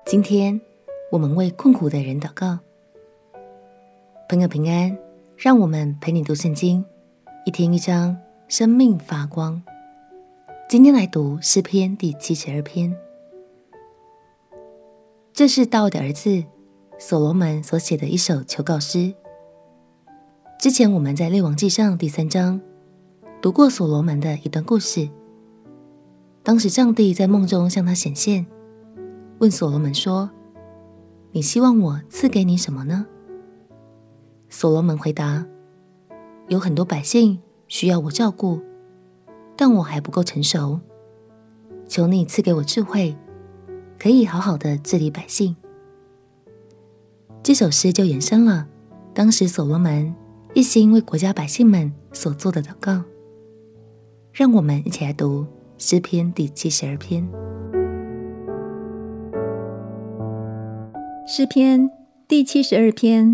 今天我们为困苦的人祷告。朋友平安，让我们陪你读圣经，一天一章，生命发光。今天来读诗篇第72篇。这是大卫的儿子所罗门所写的一首求告诗。之前我们在列王纪上第3章读过所罗门的一段故事。当时上帝在梦中向他显现，问所罗门说：你希望我赐给你什么呢？所罗门回答：有很多百姓需要我照顾，但我还不够成熟，求你赐给我智慧，可以好好的治理百姓。这首诗就延伸了当时所罗门一心为国家百姓们所做的祷告。让我们一起来读诗篇第72篇。 诗篇第72篇。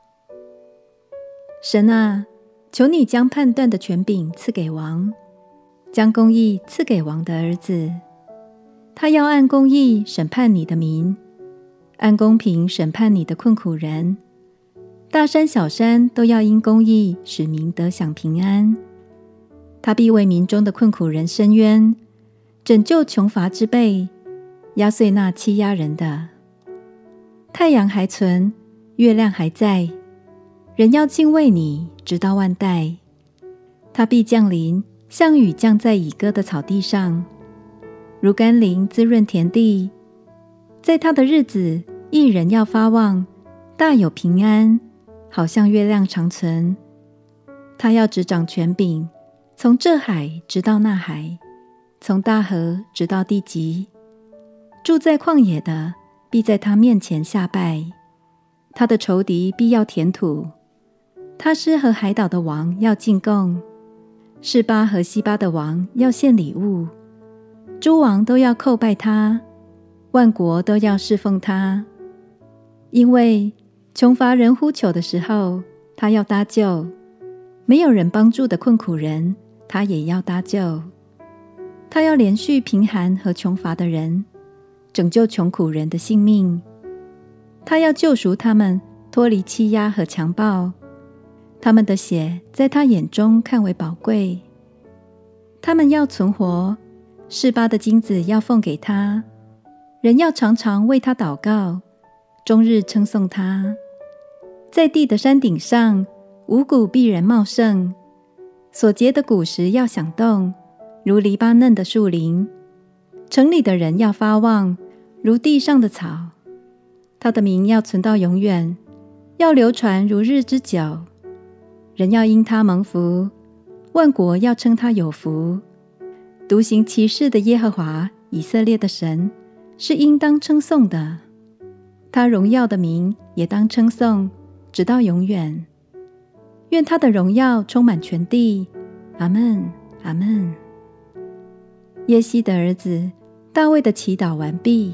神啊，求你将判断的权柄赐给王，将公义赐给王的儿子。他要按公义审判你的民，按公平审判你的困苦人。大山小山都要因公义使民得享平安。他必为民中的困苦人伸冤，拯救穷乏之辈，压碎那欺压人的。太阳还存，月亮还在，人要敬畏你，直到万代。他必降临，像雨降在已割的草地上，如甘霖滋润田地。在他的日子，义人要发旺，大有平安，好像月亮长存。他要执掌权柄，从这海直到那海，从大河直到地极。住在旷野的必在他面前下拜，他的仇敌必要填土。他施和海岛的王要进贡，示巴和西巴的王要献礼物。诸王都要叩拜他，万国都要侍奉他。因为穷乏人呼求的时候，他要搭救；没有人帮助的困苦人，他也要搭救。他要连续贫寒和穷乏的人，拯救穷苦人的性命。他要救赎他们脱离欺压和强暴，他们的血在他眼中看为宝贵。他们要存活，示巴的金子要奉给他，人要常常为他祷告，终日称颂他。在地的山顶上，五谷必然茂盛，所结的果实要响动，如黎巴嫩的树林。城里的人要发旺，如地上的草。他的名要存到永远，要流传如日之久。人要因他蒙福，万国要称他有福。独行奇事的耶和华，以色列的神，是应当称颂的。他荣耀的名也当称颂，直到永远。愿他的荣耀充满全地。阿们，阿们。耶西的儿子大卫的祈祷完毕。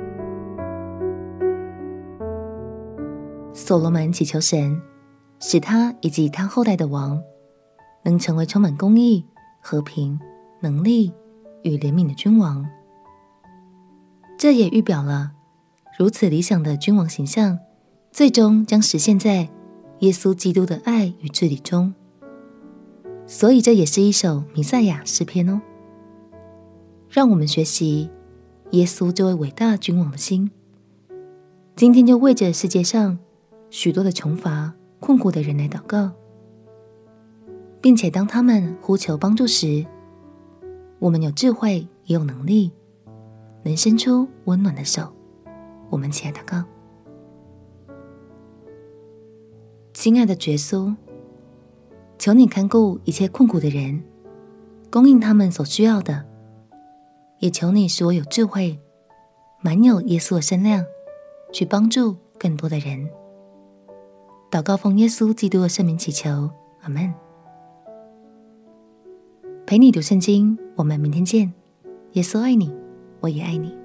所罗门祈求神，使他以及他后代的王，能成为充满公义、和平、能力与怜悯的君王。这也预表了如此理想的君王形象，最终将实现在耶稣基督的爱与治理中。所以这也是一首弥赛亚诗篇哦。让我们学习耶稣这位伟大君王的心。今天就为着世界上许多的穷乏困苦的人来祷告，并且当他们呼求帮助时，我们有智慧也有能力，能伸出温暖的手。我们起来祷告。亲爱的耶稣，求你看顾一切困苦的人，供应他们所需要的，也求你使我有智慧，满有耶稣的身量，去帮助更多的人。祷告奉耶稣基督的圣名祈求，阿们。陪你读圣经，我们明天见。耶稣爱你，我也爱你。